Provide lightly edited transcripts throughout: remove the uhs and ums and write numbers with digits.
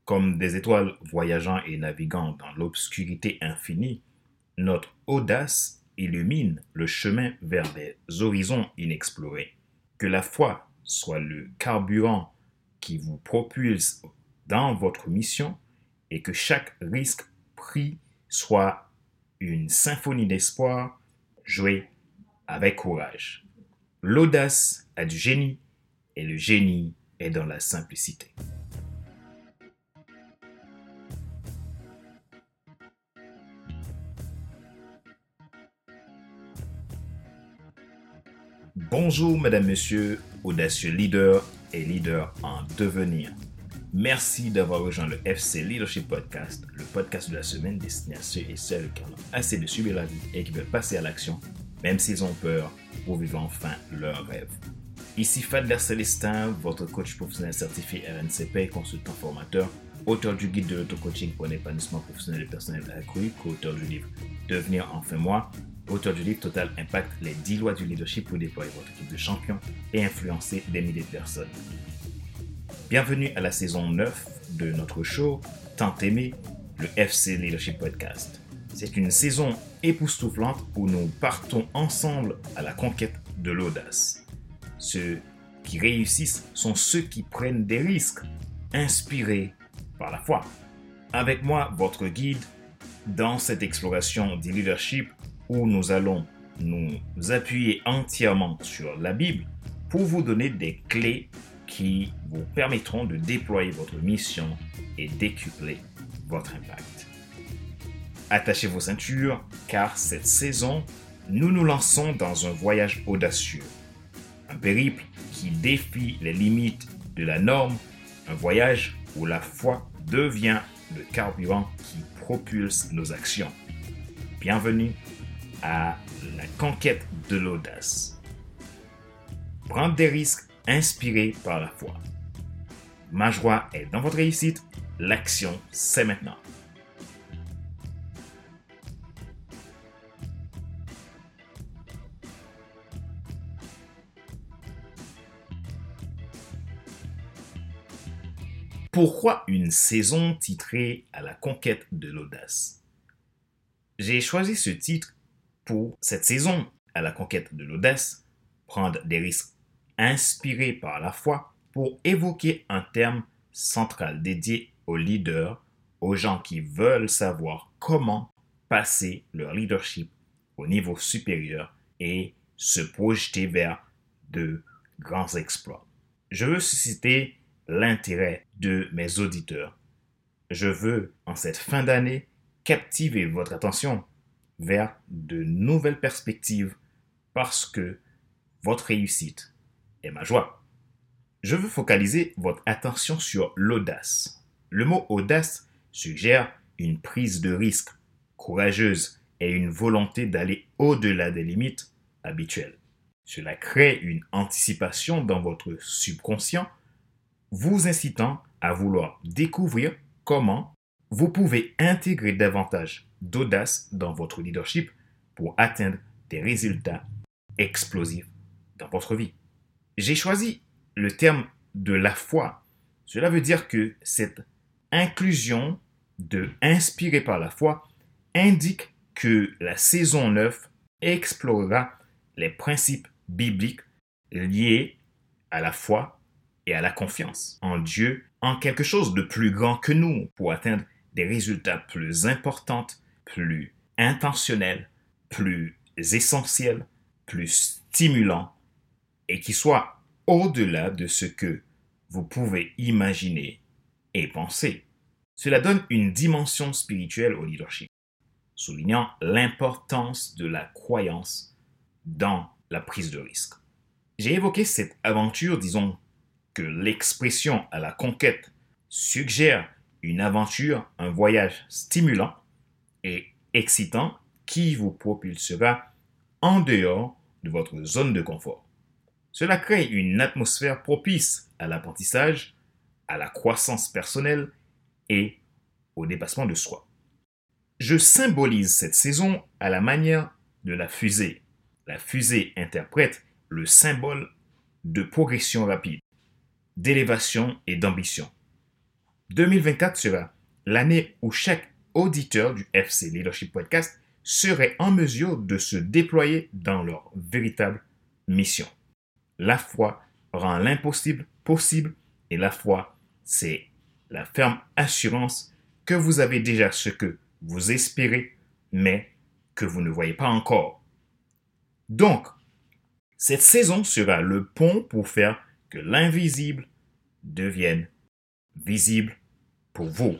Comme des étoiles voyageant et naviguant dans l'obscurité infinie, notre audace illumine le chemin vers des horizons inexplorés. Que la foi soit le carburant qui vous propulse dans votre mission et que chaque risque pris soit une symphonie d'espoir jouée avec courage. L'audace a du génie et le génie est dans la simplicité. Bonjour, mesdames, messieurs, audacieux leaders et leaders en devenir. Merci d'avoir rejoint le FC Leadership Podcast, le podcast de la semaine destiné à ceux et celles qui en ont assez de subir la vie et qui veulent passer à l'action, même s'ils ont peur, pour vivre enfin leur rêve. Ici Fadler Célestin, votre coach professionnel certifié RNCP, consultant formateur, auteur du guide de l'auto-coaching pour un épanouissement professionnel et personnel accru, co-auteur du livre Devenir enfin moi, auteur du livre Total Impact, les 10 lois du leadership pour déployer votre équipe de champions et influencer des milliers de personnes. Bienvenue à la saison 9 de notre show, tant aimé, le FC Leadership Podcast. C'est une saison époustouflante où nous partons ensemble à la conquête de l'audace. Ceux qui réussissent sont ceux qui prennent des risques, inspirés par la foi. Avec moi, votre guide, dans cette exploration du leadership où nous allons nous appuyer entièrement sur la Bible pour vous donner des clés qui vous permettront de déployer votre mission et décupler votre impact. Attachez vos ceintures car cette saison, nous nous lançons dans un voyage audacieux. Un périple qui défie les limites de la norme, un voyage où la foi devient le carburant qui propulse nos actions. Bienvenue à la conquête de l'audace. Prendre des risques inspirés par la foi. Ma joie est dans votre réussite, l'action c'est maintenant. Pourquoi une saison titrée à la conquête de l'audace? J'ai choisi ce titre pour cette saison à la conquête de l'audace, prendre des risques inspirés par la foi pour évoquer un terme central dédié aux leaders, aux gens qui veulent savoir comment passer leur leadership au niveau supérieur et se projeter vers de grands exploits. Je veux susciter l'intérêt de mes auditeurs. Je veux, en cette fin d'année, captiver votre attention vers de nouvelles perspectives parce que votre réussite est ma joie. Je veux focaliser votre attention sur l'audace. Le mot audace suggère une prise de risque courageuse et une volonté d'aller au-delà des limites habituelles. Cela crée une anticipation dans votre subconscient, vous incitant à vouloir découvrir comment vous pouvez intégrer davantage d'audace dans votre leadership pour atteindre des résultats explosifs dans votre vie. J'ai choisi le terme de la foi. Cela veut dire que cette inclusion de inspiré par la foi indique que la saison 9 explorera les principes bibliques liés à la foi et à la confiance en Dieu, en quelque chose de plus grand que nous pour atteindre des résultats plus importants, plus intentionnels, plus essentiels, plus stimulants et qui soient au-delà de ce que vous pouvez imaginer et penser. Cela donne une dimension spirituelle au leadership, soulignant l'importance de la croyance dans la prise de risque. J'ai évoqué cette aventure, disons que l'expression à la conquête suggère une aventure, un voyage stimulant et excitant qui vous propulsera en dehors de votre zone de confort. Cela crée une atmosphère propice à l'apprentissage, à la croissance personnelle et au dépassement de soi. Je symbolise cette saison à la manière de la fusée. La fusée interprète le symbole de progression rapide, d'élévation et d'ambition. 2024 sera l'année où chaque auditeur du FC Leadership Podcast serait en mesure de se déployer dans leur véritable mission. La foi rend l'impossible possible et la foi, c'est la ferme assurance que vous avez déjà ce que vous espérez, mais que vous ne voyez pas encore. Donc, cette saison sera le pont pour faire que l'invisible devienne visible pour vous.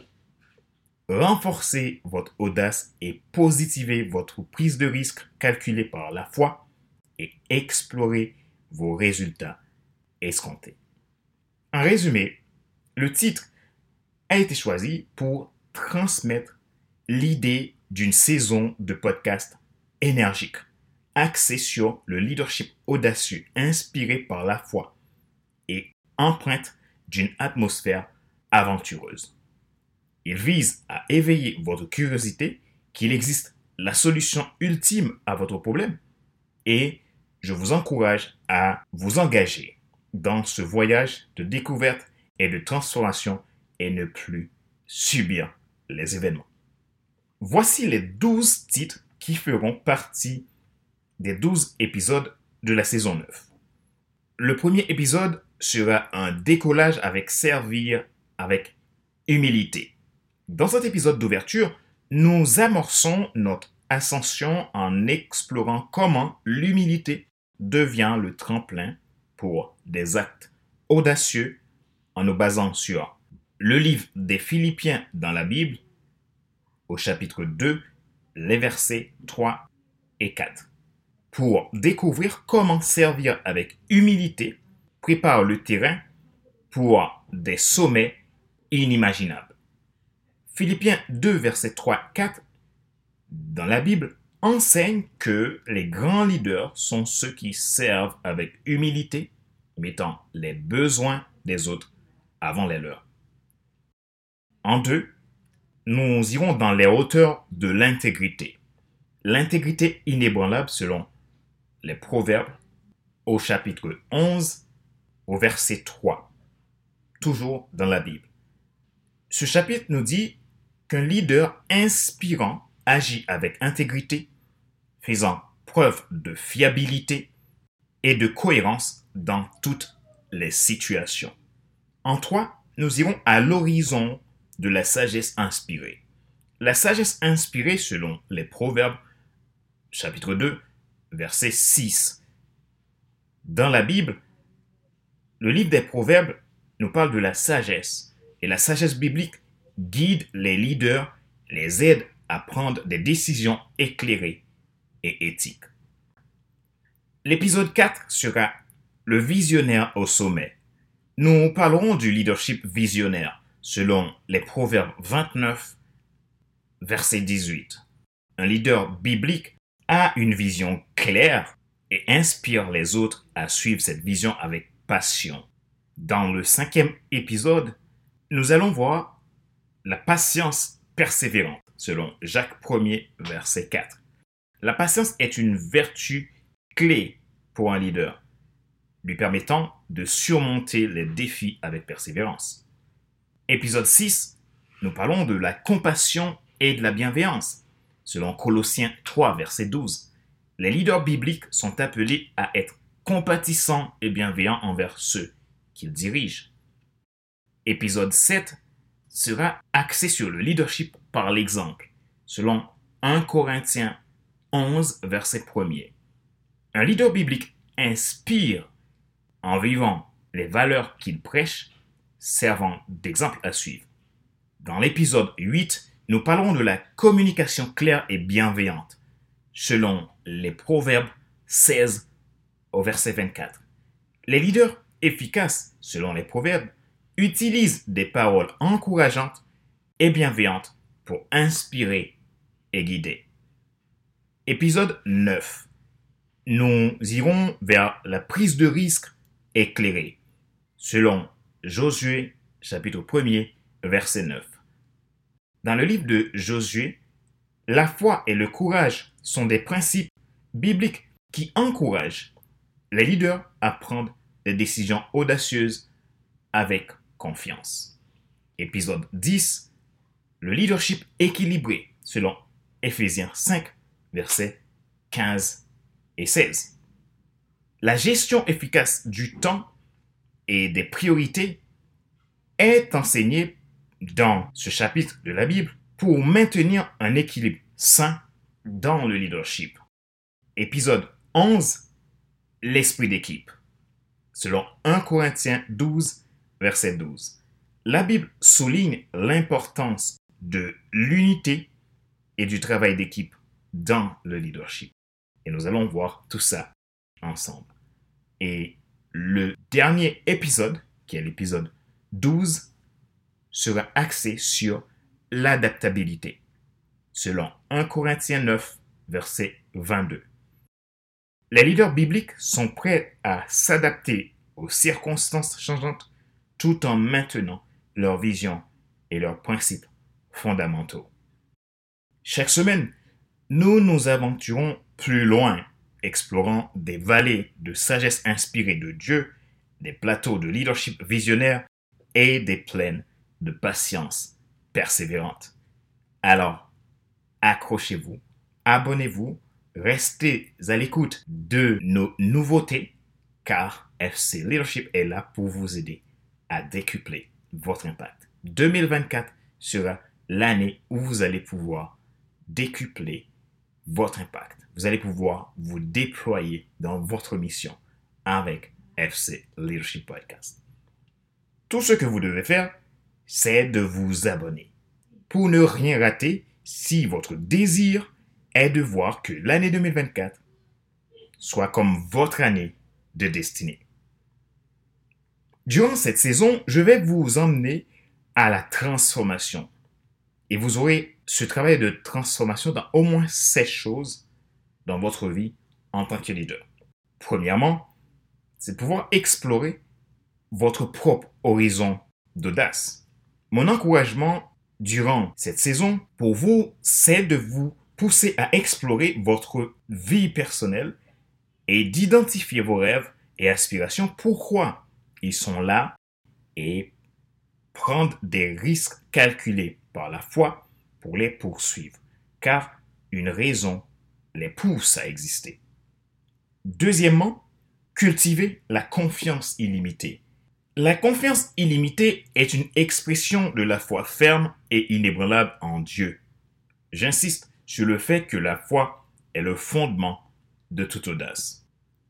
Renforcez votre audace et positivez votre prise de risque calculée par la foi et explorez vos résultats escomptés. En résumé, le titre a été choisi pour transmettre l'idée d'une saison de podcast énergique, axée sur le leadership audacieux, inspiré par la foi et empreinte d'une atmosphère aventureuse. Il vise à éveiller votre curiosité qu'il existe la solution ultime à votre problème et je vous encourage à vous engager dans ce voyage de découverte et de transformation et ne plus subir les événements. Voici les 12 titres qui feront partie des 12 épisodes de la saison 9. Le premier épisode sera un décollage avec servir avec humilité. Dans cet épisode d'ouverture, nous amorçons notre ascension en explorant comment l'humilité devient le tremplin pour des actes audacieux en nous basant sur le livre des Philippiens dans la Bible, au chapitre 2, les versets 3 et 4. Pour découvrir comment servir avec humilité prépare le terrain pour des sommets inimaginables. Philippiens 2, versets 3-4, dans la Bible, enseigne que les grands leaders sont ceux qui servent avec humilité, mettant les besoins des autres avant les leurs. En 2, nous irons dans les hauteurs de l'intégrité. L'intégrité inébranlable selon les Proverbes, au chapitre 11, au verset 3, toujours dans la Bible. Ce chapitre nous dit qu'un leader inspirant agit avec intégrité, faisant preuve de fiabilité et de cohérence dans toutes les situations. En 3, nous irons à l'horizon de la sagesse inspirée. La sagesse inspirée selon les Proverbes, chapitre 2, verset 6. Dans la Bible, le livre des Proverbes nous parle de la sagesse. Et la sagesse biblique guide les leaders, les aide à prendre des décisions éclairées et éthiques. L'épisode 4 sera le visionnaire au sommet. Nous parlerons du leadership visionnaire selon les Proverbes 29, verset 18. Un leader biblique a une vision claire et inspire les autres à suivre cette vision avec passion. Dans le 5e épisode, nous allons voir la patience persévérante, selon Jacques 1er, verset 4. La patience est une vertu clé pour un leader, lui permettant de surmonter les défis avec persévérance. Épisode 6, nous parlons de la compassion et de la bienveillance, selon Colossiens 3, verset 12. Les leaders bibliques sont appelés à être compatissants et bienveillants envers ceux qu'ils dirigent. Épisode 7 sera axé sur le leadership par l'exemple, selon 1 Corinthiens 11, verset 1er. Un leader biblique inspire en vivant les valeurs qu'il prêche, servant d'exemple à suivre. Dans l'épisode 8, nous parlerons de la communication claire et bienveillante, selon les Proverbes 16 au verset 24. Les leaders efficaces, selon les Proverbes, utilisent des paroles encourageantes et bienveillantes pour inspirer et guider. Épisode 9. Nous irons vers la prise de risque éclairée, selon Josué, chapitre 1er, verset 9. Dans le livre de Josué, la foi et le courage sont des principes bibliques qui encouragent les leaders à prendre des décisions audacieuses avec confiance. Épisode 10, le leadership équilibré, selon Éphésiens 5, versets 15 et 16. La gestion efficace du temps et des priorités est enseignée dans ce chapitre de la Bible pour maintenir un équilibre sain dans le leadership. Épisode 11, l'esprit d'équipe, selon 1 Corinthiens 12, verset 12. La Bible souligne l'importance de l'unité et du travail d'équipe dans le leadership. Et nous allons voir tout ça ensemble. Et le dernier épisode, qui est l'épisode 12, sera axé sur l'adaptabilité, selon 1 Corinthiens 9, verset 22. Les leaders bibliques sont prêts à s'adapter aux circonstances changeantes tout en maintenant leur vision et leurs principes fondamentaux. Chaque semaine, nous nous aventurons plus loin, explorant des vallées de sagesse inspirée de Dieu, des plateaux de leadership visionnaire et des plaines de patience persévérante. Alors, accrochez-vous, abonnez-vous, restez à l'écoute de nos nouveautés, car FC Leadership est là pour vous aider à décupler votre impact. 2024 sera l'année où vous allez pouvoir décupler votre impact. Vous allez pouvoir vous déployer dans votre mission avec FC Leadership Podcast. Tout ce que vous devez faire, c'est de vous abonner pour ne rien rater si votre désir est de voir que l'année 2024 soit comme votre année de destinée. Durant cette saison, je vais vous emmener à la transformation. Et vous aurez ce travail de transformation dans au moins 7 choses dans votre vie en tant que leader. Premièrement, c'est de pouvoir explorer votre propre horizon d'audace. Mon encouragement durant cette saison pour vous, c'est de vous pousser à explorer votre vie personnelle et d'identifier vos rêves et aspirations, pourquoi ils sont là, et prendre des risques calculés par la foi pour les poursuivre, car une raison les pousse à exister. Deuxièmement, cultiver la confiance illimitée. La confiance illimitée est une expression de la foi ferme et inébranlable en Dieu. J'insiste sur le fait que la foi est le fondement de toute audace.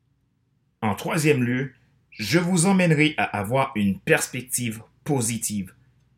En troisième lieu, je vous emmènerai à avoir une perspective positive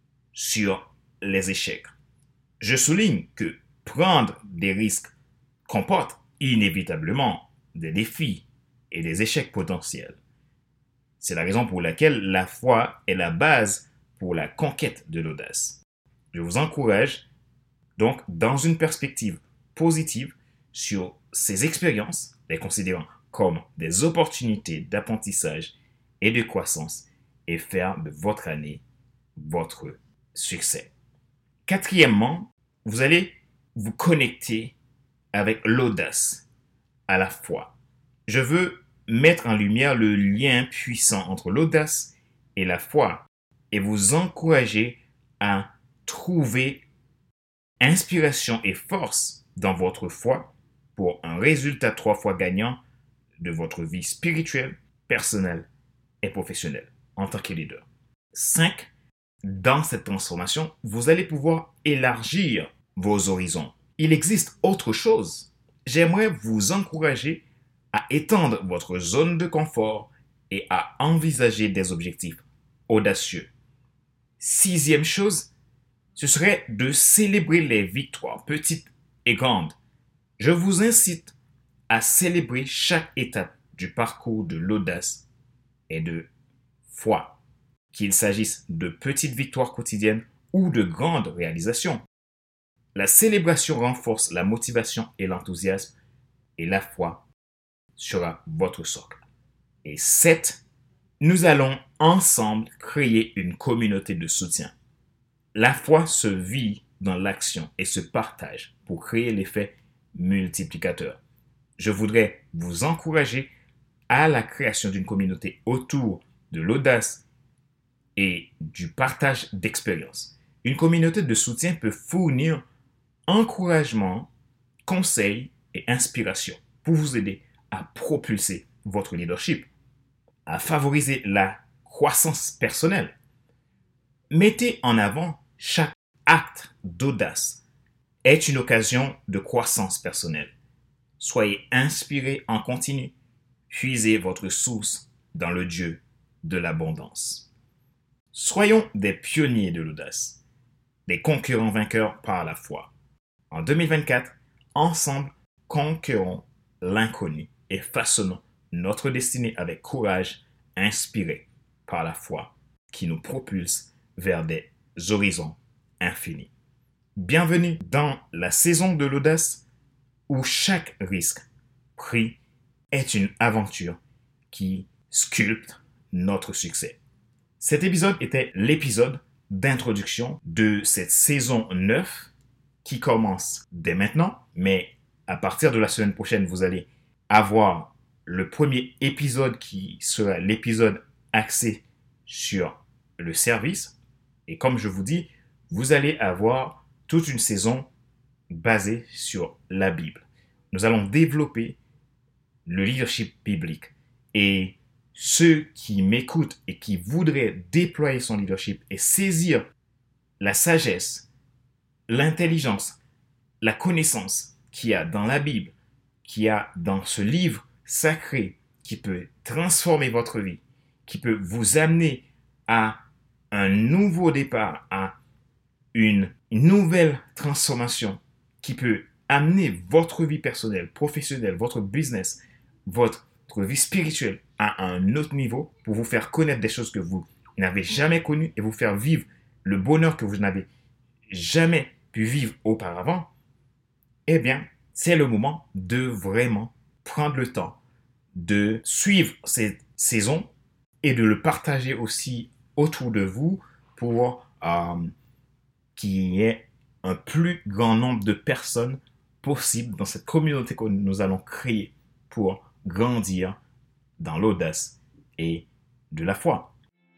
sur les échecs. Je souligne que prendre des risques comporte inévitablement des défis et des échecs potentiels. C'est la raison pour laquelle la foi est la base pour la conquête de l'audace. Je vous encourage donc dans une perspective positive sur ces expériences, les considérant comme des opportunités d'apprentissage et de croissance, et faire de votre année votre succès. Quatrièmement, vous allez vous connecter avec l'audace à la foi. Je veux mettre en lumière le lien puissant entre l'audace et la foi et vous encourager à trouver inspiration et force dans votre foi pour un résultat 3 fois gagnant de votre vie spirituelle, personnelle et professionnelle en tant que leader. 5. Dans cette transformation, vous allez pouvoir élargir vos horizons. Il existe autre chose. J'aimerais vous encourager à étendre votre zone de confort et à envisager des objectifs audacieux. 6e chose, ce serait de célébrer les victoires, petites et grandes. Je vous incite à célébrer chaque étape du parcours de l'audace et de foi, qu'il s'agisse de petites victoires quotidiennes ou de grandes réalisations. La célébration renforce la motivation et l'enthousiasme, et la foi sera votre socle. Et 7, nous allons ensemble créer une communauté de soutien. La foi se vit dans l'action et se partage pour créer l'effet multiplicateur. Je voudrais vous encourager à la création d'une communauté autour de l'audace et du partage d'expériences. Une communauté de soutien peut fournir encouragement, conseils et inspiration pour vous aider à propulser votre leadership, à favoriser la croissance personnelle. Mettez en avant chaque acte d'audace est une occasion de croissance personnelle. Soyez inspiré en continu. Puisez votre source dans le Dieu de l'abondance. Soyons des pionniers de l'audace, des concurrents vainqueurs par la foi. En 2024, ensemble, conquérons l'inconnu et façonnons notre destinée avec courage, inspiré par la foi qui nous propulse vers des horizons infinis. Bienvenue dans la saison de l'audace où chaque risque pris est une aventure qui sculpte notre succès. Cet épisode était l'épisode d'introduction de cette saison 9 qui commence dès maintenant, mais à partir de la semaine prochaine, vous allez avoir le premier épisode qui sera l'épisode axé sur le service. Et comme je vous dis, vous allez avoir toute une saison basée sur la Bible. Nous allons développer le leadership biblique. Et ceux qui m'écoutent et qui voudraient déployer son leadership et saisir la sagesse, l'intelligence, la connaissance qu'il y a dans la Bible, qu'il y a dans ce livre sacré qui peut transformer votre vie, qui peut vous amener à un nouveau départ, à une nouvelle transformation, qui peut amener votre vie personnelle, professionnelle, votre business, votre vie spirituelle à un autre niveau pour vous faire connaître des choses que vous n'avez jamais connues et vous faire vivre le bonheur que vous n'avez jamais pu vivre auparavant, eh bien, c'est le moment de vraiment prendre le temps de suivre cette saison et de le partager aussi autour de vous pour qu'il y ait un plus grand nombre de personnes possible dans cette communauté que nous allons créer pour grandir dans l'audace et de la foi.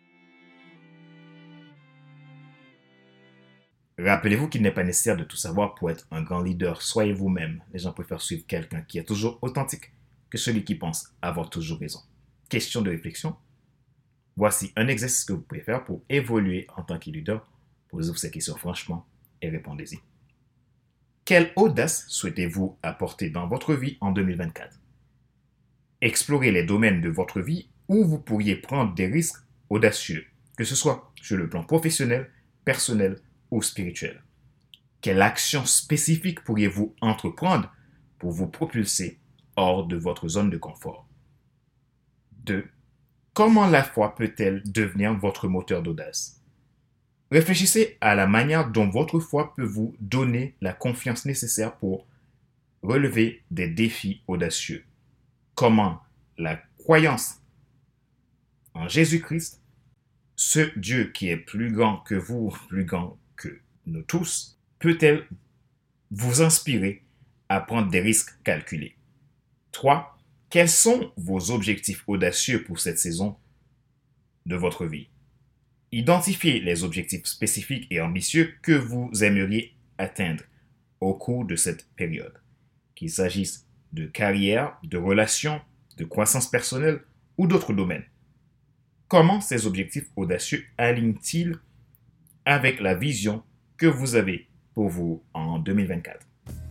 Rappelez-vous qu'il n'est pas nécessaire de tout savoir pour être un grand leader. Soyez vous-même. Les gens préfèrent suivre quelqu'un qui est toujours authentique que celui qui pense avoir toujours raison. Question de réflexion. Voici un exercice que vous pouvez faire pour évoluer en tant que leader. Posez-vous ces questions franchement et répondez-y. Quelle audace souhaitez-vous apporter dans votre vie en 2024? Explorez les domaines de votre vie où vous pourriez prendre des risques audacieux, que ce soit sur le plan professionnel, personnel ou spirituel. Quelle action spécifique pourriez-vous entreprendre pour vous propulser hors de votre zone de confort? 2. Comment la foi peut-elle devenir votre moteur d'audace? Réfléchissez à la manière dont votre foi peut vous donner la confiance nécessaire pour relever des défis audacieux. Comment la croyance en Jésus-Christ, ce Dieu qui est plus grand que vous, plus grand que nous tous, peut-elle vous inspirer à prendre des risques calculés? 3. Quels sont vos objectifs audacieux pour cette saison de votre vie? Identifiez les objectifs spécifiques et ambitieux que vous aimeriez atteindre au cours de cette période, qu'il s'agisse de carrière, de relations, de croissance personnelle ou d'autres domaines. Comment ces objectifs audacieux alignent-ils avec la vision que vous avez pour vous en 2024?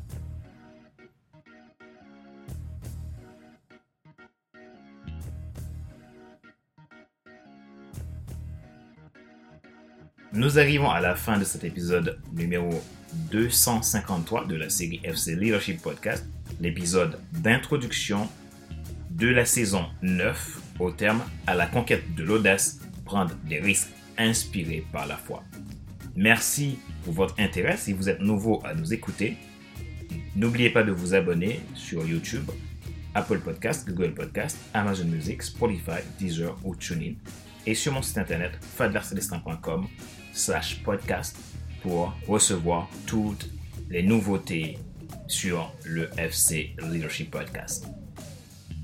Nous arrivons à la fin de cet épisode numéro 253 de la série FC Leadership Podcast, l'épisode d'introduction de la saison 9 au terme à la conquête de l'audace, prendre des risques inspirés par la foi. Merci pour votre intérêt. Si vous êtes nouveau à nous écouter, n'oubliez pas de vous abonner sur YouTube, Apple Podcast, Google Podcast, Amazon Music, Spotify, Deezer ou TuneIn et sur mon site internet fadlarcelestin.com/podcast pour recevoir toutes les nouveautés sur le FC Leadership Podcast.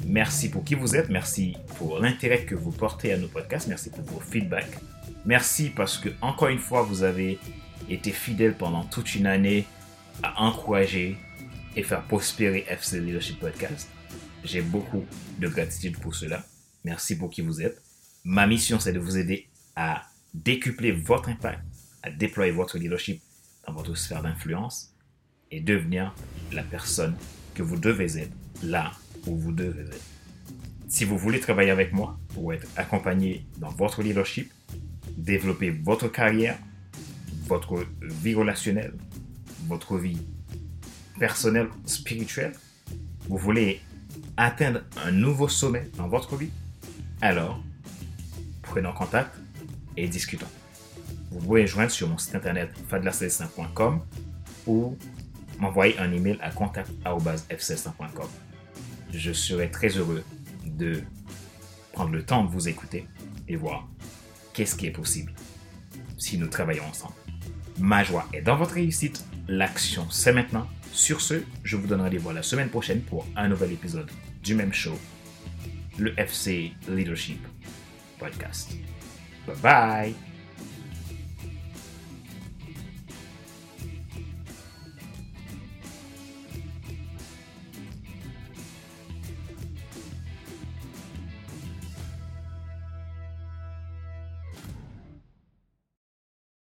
Merci pour qui vous êtes. Merci pour l'intérêt que vous portez à nos podcasts. Merci pour vos feedbacks. Merci parce que, encore une fois, vous avez été fidèles pendant toute une année à encourager et faire prospérer FC Leadership Podcast. J'ai beaucoup de gratitude pour cela. Merci pour qui vous êtes. Ma mission, c'est de vous aider à décupler votre impact, à déployer votre leadership dans votre sphère d'influence et devenir la personne que vous devez être là où vous devez être. Si vous voulez travailler avec moi pour être accompagné dans votre leadership, développer votre carrière, votre vie relationnelle, votre vie personnelle, spirituelle, vous voulez atteindre un nouveau sommet dans votre vie, alors prenons contact et discutons. Vous pouvez me joindre sur mon site internet fadlascelestin.com ou m'envoyer un email à contact@fcelestin.com. Je serai très heureux de prendre le temps de vous écouter et voir qu'est-ce qui est possible si nous travaillons ensemble. Ma joie est dans votre réussite. L'action, c'est maintenant. Sur ce, je vous donne rendez-vous la semaine prochaine pour un nouvel épisode du même show, le FC Leadership Podcast. Bye bye!